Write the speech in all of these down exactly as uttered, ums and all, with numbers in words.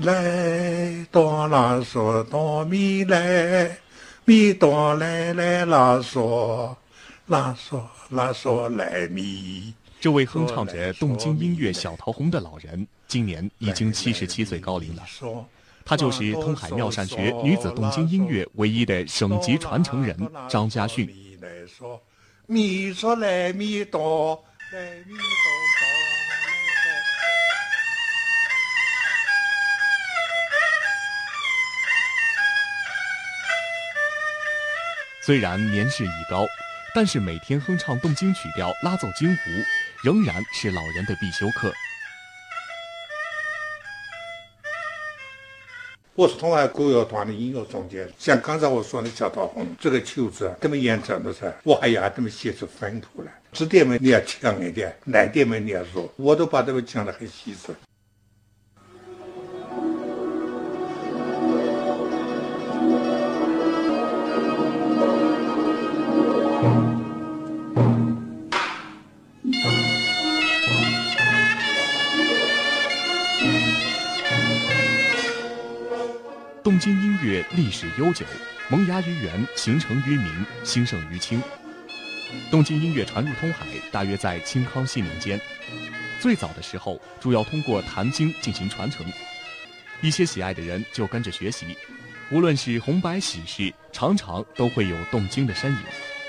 来哆啦嗦哆咪来，咪哆来来啦嗦，啦嗦啦嗦来咪。 这位哼唱着动经音乐小桃红的老人，今年已经七十七岁高龄了。他就是通海妙善学女子动经音乐唯一的省级传承人张家训。 咪嗦来咪哆来咪哆哆。 虽然年事已高，但是每天哼唱动经曲调、拉奏京胡，仍然是老人的必修课。 我是通海古乐团的音乐总监，像刚才我说的小桃红这个曲子，这么演奏的时候，我还要这么写出分谱来，这点嘛你要强一点，那点嘛你要弱，我都把这个讲得很细致。 动经音乐历史悠久，萌芽于元，形成于明，兴盛于清。动经音乐传入通海，大约在清康熙年间。最早的时候，主要通过弹经进行传承，一些喜爱的人就跟着学习。无论是红白喜事，常常都会有动经的身影。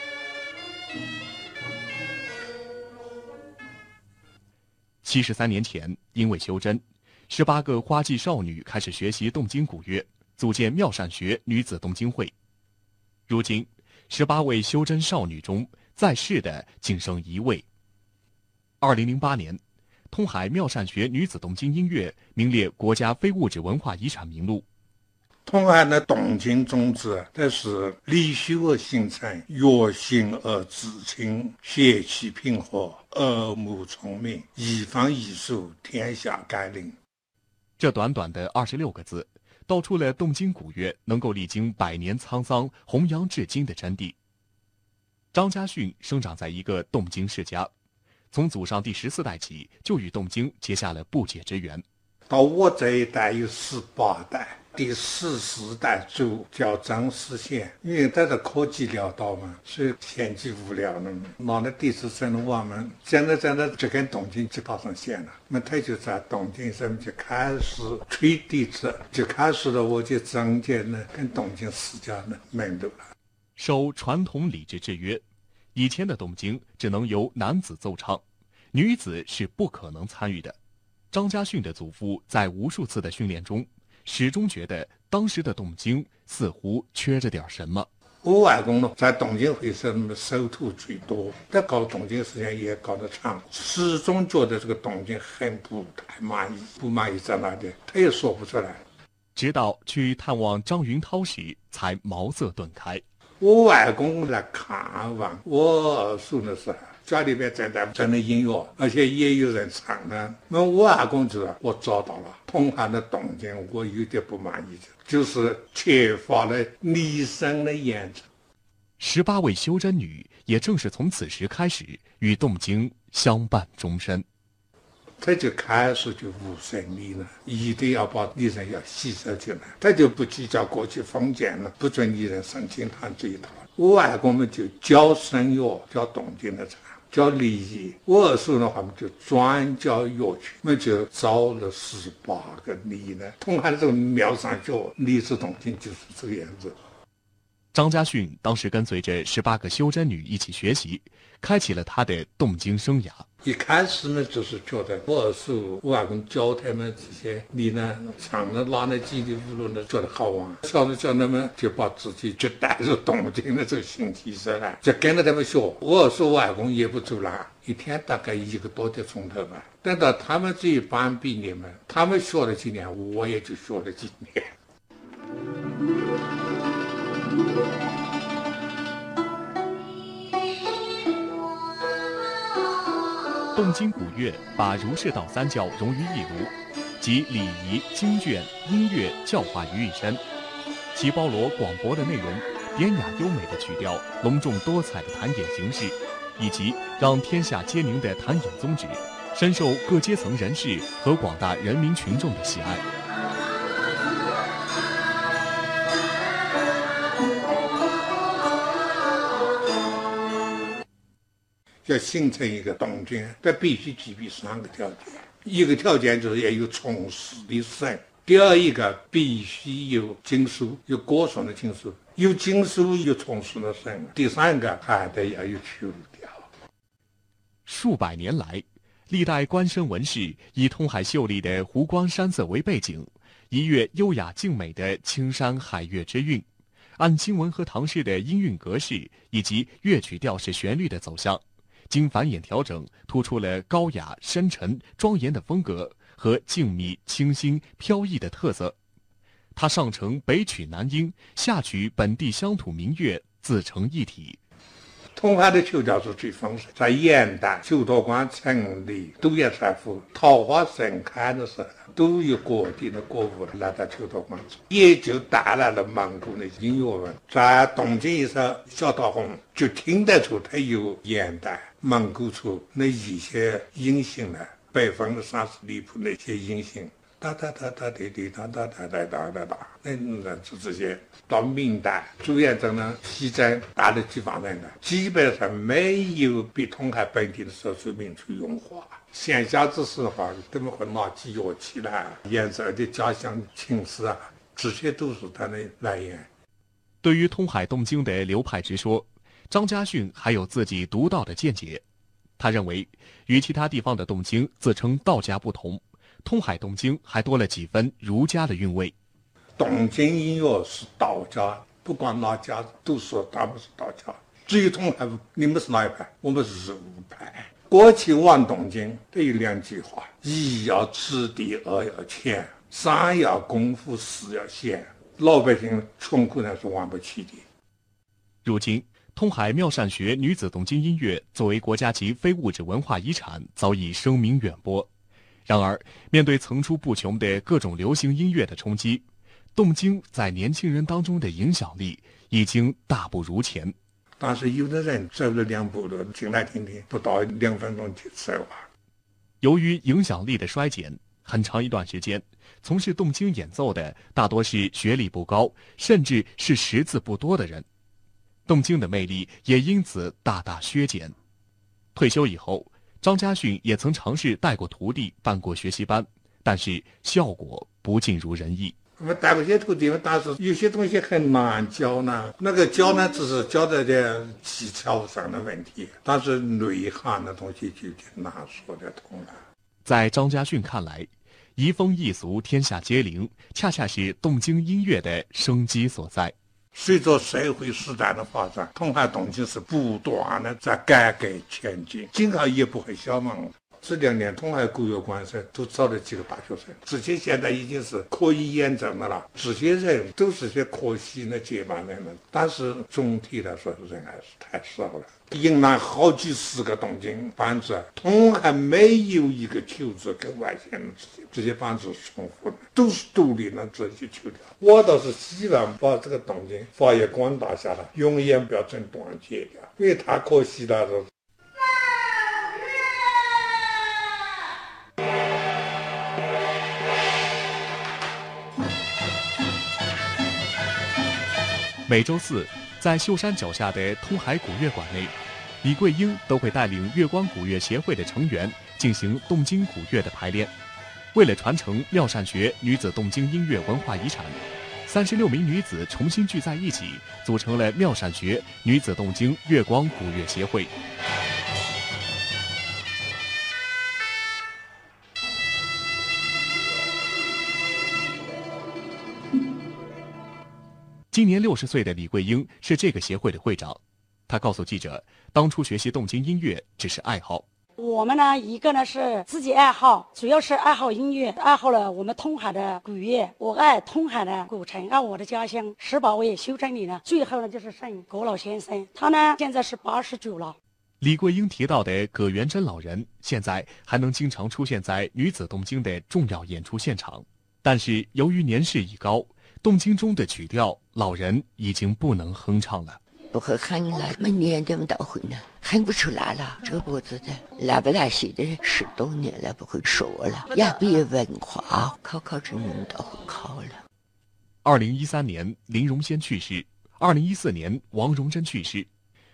七十三年前，因为修真，十八个花季少女开始学习动经古乐，组建妙善学女子动经会。如今，十八位修真少女中，在世的仅剩一位。二零零八年，通海妙善学女子动经音乐名列国家非物质文化遗产名录。 通海的动经宗旨，这是理修而形成，乐行而知清，邪气平和，耳目聪明，一方一术，天下甘霖。 这短短的二十六个字，道出了动经古乐能够历经百年沧桑，弘扬至今的真谛。张家训生长在一个动经世家，从祖上第十四代起，就与动经结下了不解之缘。 到我这一代有十八代，第十四代主叫张世贤，因为他的科技潦倒嘛，所以闲极无聊了嘛。拿了弟子生了我们，现在真的就跟动经就跑上线了。那他就在动经上就开始吹弟子，就开始了我就增进了跟动经世家的门路了。 受传统礼制制约，以前的动经只能由男子奏唱，女子是不可能参与的。张家训的祖父在无数次的训练中，始终觉得当时的动经似乎缺着点什么。 我外公呢，在动经会上收徒最多，他搞动经时间也搞得长，始终觉得这个动经很不太满意，不满意在哪里，他也说不出来。 直到去探望张云涛时，才茅塞顿开。 我外公来看望我二叔的时候，家里面正在整的音乐，而且也有人唱的。那我外公就说：“我找到了通海的动经，我有点不满意，就是缺乏了女声的演唱。” 十八位修真女也正是从此时开始与动经相伴终身。 他就开始就无声理了，一定要把女人要吸收进来，他就不计较过去封建了，不准女人上经堂这一套。我外公们就教声乐，教动经的唱，教礼仪。我二叔的话，就专教乐曲，我们就招了十八个女人。通海的这个妙善学女子动经就是这个样子。 张家训当时跟随着十八个修真女一起学习，开启了他的动经生涯。 一开始呢，就是觉得我二叔、我外公教他们这些你呢唱的拉的叽里咕噜的，觉得好玩。小的叫他们就把自己就带入动经的这个新体上来，就跟着他们学。我二叔、我外公也不阻拦，一天大概一个多的钟头吧。等到他们这一班毕业嘛，他们学了几年，我也就学了几年。 动经古乐把儒释道三教融于一炉，集礼仪、经卷、音乐、教化于一身，其包罗广博的内容、典雅优美的曲调、隆重多彩的弹演形式，以及让天下皆宁的弹演宗旨，深受各阶层人士和广大人民群众的喜爱。 要形成一个动静，它必须具备三个条件。一个条件就是要有充实的肾，第二一个必须有经书，有过剩的经书，有经书有充实的肾，第三个还得要有去掉。 数百年来，历代官绅文士以通海秀丽的湖光山色为背景，一跃优雅静美的青山海月之韵，按金文和唐诗的音韵格式以及乐曲调式旋律的走向，经繁衍调整，突出了高雅、深沉、庄严的风格和静谧、清新、飘逸的特色。它上承北曲南音，下曲本地乡土民乐，自成一体。 通海的秋调是最丰盛，在元代秋托观成立，都业财富桃花盛开的时候，都有各地的歌舞来到秋托观，也就带来了蒙古的音乐文。在东京一首《小桃红》，就听得出它有元代蒙古族那一些音型呢，北方的莎士比亚那些音型。哒哒哒哒滴滴哒哒哒哒哒哒哒，那那这这些到明代朱元璋呢西征打了几万人呢，基本上没有比通海本地的少数民族用华。闲暇之时的话，他们会拿起乐器来演奏的家乡情诗啊，这些都是他的来源。 对于通海动经的流派之说，张家逊还有自己独到的见解。他认为，与其他地方的动经自称道家不同，通海动经还多了几分儒家的韵味。 动经音乐是道家，不管哪家都说他们是道家。至于通海，你们是哪一派？我们是儒派。过去玩动经都有两句话：一要质地，二要钱，三要功夫，四要闲。老百姓穷苦人是玩不起的。 如今，通海妙善学女子动经音乐作为国家级非物质文化遗产，早已声名远播。然而，面对层出不穷的各种流行音乐的冲击，动经在年轻人当中的影响力已经大不如前。 但是有的人走了两步路进来听听，不到两分钟就走了。 由于影响力的衰减，很长一段时间，从事动经演奏的大多是学历不高，甚至是识字不多的人，动经的魅力也因此大大削减。退休以后，张家逊也曾尝试带过徒弟，办过学习班，但是效果不尽如人意。 我带过些徒弟，但是有些东西很难教呢。那个教呢，只是教的点技巧上的问题，但是内涵的东西就挺难说得通了。 在张家逊看来，移风易俗，天下皆灵，恰恰是动经音乐的生机所在。 随着社会时代的发展，通海动经是不断的在改革前进，今后也不会小忙。这两年通海古乐馆生都招了几个大学生，这些现在已经是可以演奏的了。这些人都是些可惜的接班人了，但是总体来说人还是太少了。迎来好几十个动经班子，通海没有一个球子跟外线的这些这些班子重复的，都是独立的这些球调。我倒是希望把这个动经发扬光大下来，永远不要成断节掉，因为太可惜了。 每周四，在秀山脚下的通海古乐馆内，李桂英都会带领月光古乐协会的成员进行动经古乐的排练。为了传承妙善学女子动经音乐文化遗产，三十六名女子重新聚在一起，组成了妙善学女子动经月光古乐协会。今年六十岁的李桂英是这个协会的会长。她告诉记者，当初学习动经音乐只是爱好。 我们呢，一个呢是自己爱好，主要是爱好音乐，爱好了我们通海的古乐。我爱通海的古城，爱我的家乡十八位修真里呢，最后呢就是剩葛老先生，他呢现在是八十九了。 李桂英提到的葛元珍老人，现在还能经常出现在女子动经的重要演出现场，但是由于年事已高，动经中的曲调，老人已经不能哼唱了。 不会喊了，每年这么到会呢，哼不出来了，这脖子的来不来西的十多年了，不会说了，也别文化，考考只能到会考了。 二零一三年，林荣先去世；二零一四年，王荣珍去世。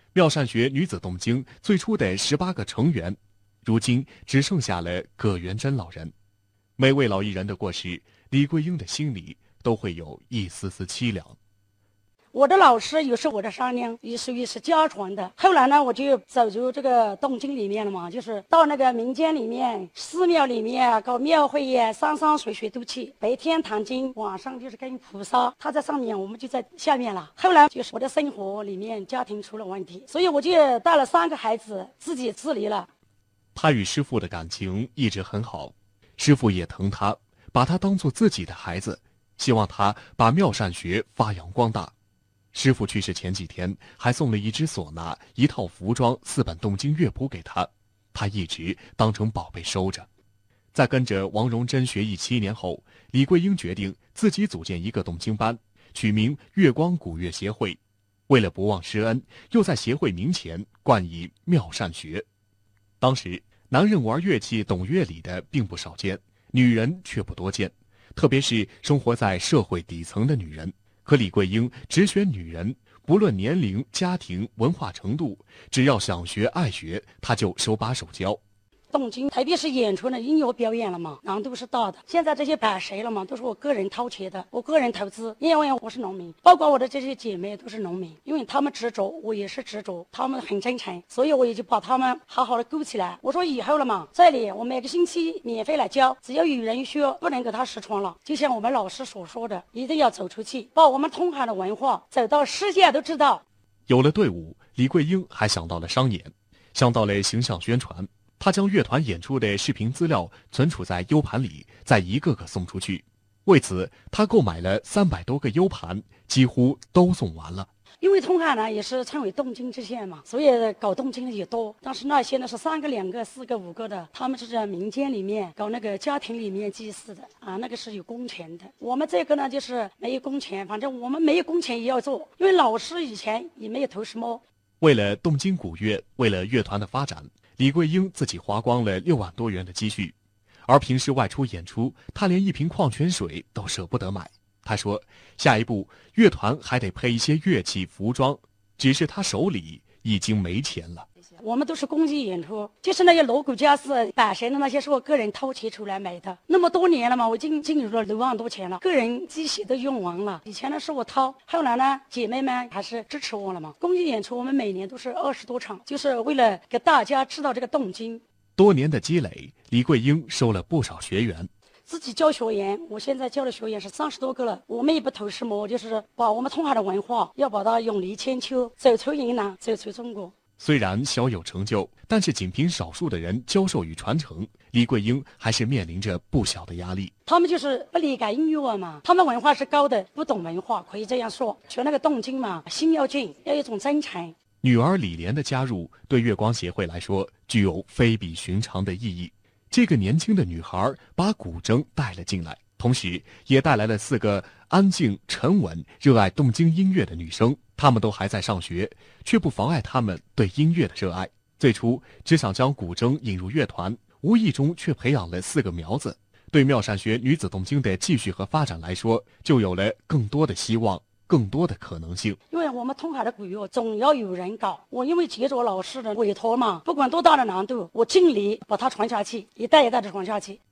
妙善学女子动经最初的十八个成员，如今只剩下了葛元珍老人。每位老艺人的过世，李桂英的心里都会有一丝丝凄凉。 我的老师也是我的商量，也属于是家传的。后来呢，我就走入这个动经里面了嘛，就是到那个民间里面、寺庙里面搞庙会呀，山山水水都去。白天谈经，晚上就是跟菩萨，他在上面，我们就在下面了。后来就是我的生活里面，家庭出了问题，所以我就带了三个孩子自己自理了。 他与师父的感情一直很好，师父也疼他，把他当作自己的孩子，希望他把妙善学发扬光大。师父去世前几天，还送了一只唢呐、一套服装、四本动经乐谱给他，他一直当成宝贝收着。在跟着王荣珍学艺七年后，李桂英决定自己组建一个动经班，取名月光古乐协会。为了不忘师恩，又在协会名前冠以妙善学。当时男人玩乐器、懂乐理的并不少见，女人却不多见，特别是生活在社会底层的女人。可李桂英只选女人，不论年龄、家庭、文化程度，只要想学、爱学，她就手把手教。 动经，特别是演出呢，音乐表演了嘛，难度是大的。现在这些摆谁了嘛，都是我个人掏钱的，我个人投资，因为我是农民，包括我的这些姐妹都是农民，因为他们执着，我也是执着，他们很真诚，所以我也就把他们好好的勾起来。我说以后了嘛，这里我每个星期免费来教，只要有人学，不能给他失传了。就像我们老师所说的，一定要走出去，把我们通海的文化走到世界都知道。 有了队伍，李桂英还想到了商演，想到了形象宣传。他将乐团演出的视频资料存储在 U 盘里，再一个个送出去。为此，他购买了三百多个 U 盘，几乎都送完了。 因为通海呢也是称为动经之县嘛，所以搞动经的也多。但是那些呢是三个、两个、四个、五个的，他们是在民间里面搞那个家庭里面祭祀的啊，那个是有工钱的。我们这个呢就是没有工钱，反正我们没有工钱也要做，因为老师以前也没有投什么。 为了动经古乐，为了乐团的发展，李桂英自己花光了六万多元的积蓄，而平时外出演出，她连一瓶矿泉水都舍不得买。她说，下一步乐团还得配一些乐器、服装，只是她手里已经没钱了。 我们都是公益演出，就是那些锣鼓家私、摆谁的那些是我个人掏钱出来买的。那么多年了嘛，我已经进入了六万多钱了，个人积蓄都用完了。以前呢是我掏，后来呢姐妹们还是支持我了嘛。公益演出我们每年都是二十多场，就是为了给大家知道这个动经。 多年的积累，李桂英收了不少学员。 自己教学员，我现在教的学员是三十多个了。我们也不投什么，就是把我们通海的文化要把它永离千秋，走出云南，走出中国。 虽然小有成就，但是仅凭少数的人教授与传承，李桂英还是面临着不小的压力。 他们就是不理解音乐嘛，他们文化是高的，不懂文化，可以这样说。学那个动经嘛，心要静，要有一种真诚。 女儿李莲的加入，对月光协会来说具有非比寻常的意义。这个年轻的女孩把古筝带了进来，同时也带来了四个安静、沉稳、热爱动经音乐的女生。她们都还在上学，却不妨碍她们对音乐的热爱。最初只想将古筝引入乐团，无意中却培养了四个苗子。对妙善学女子动经的继续和发展来说，就有了更多的希望，更多的可能性。 因为我们通海的古乐总要有人搞，我因为接着老师的委托嘛，不管多大的难度，我尽力把它传下去，一代一代的传下去。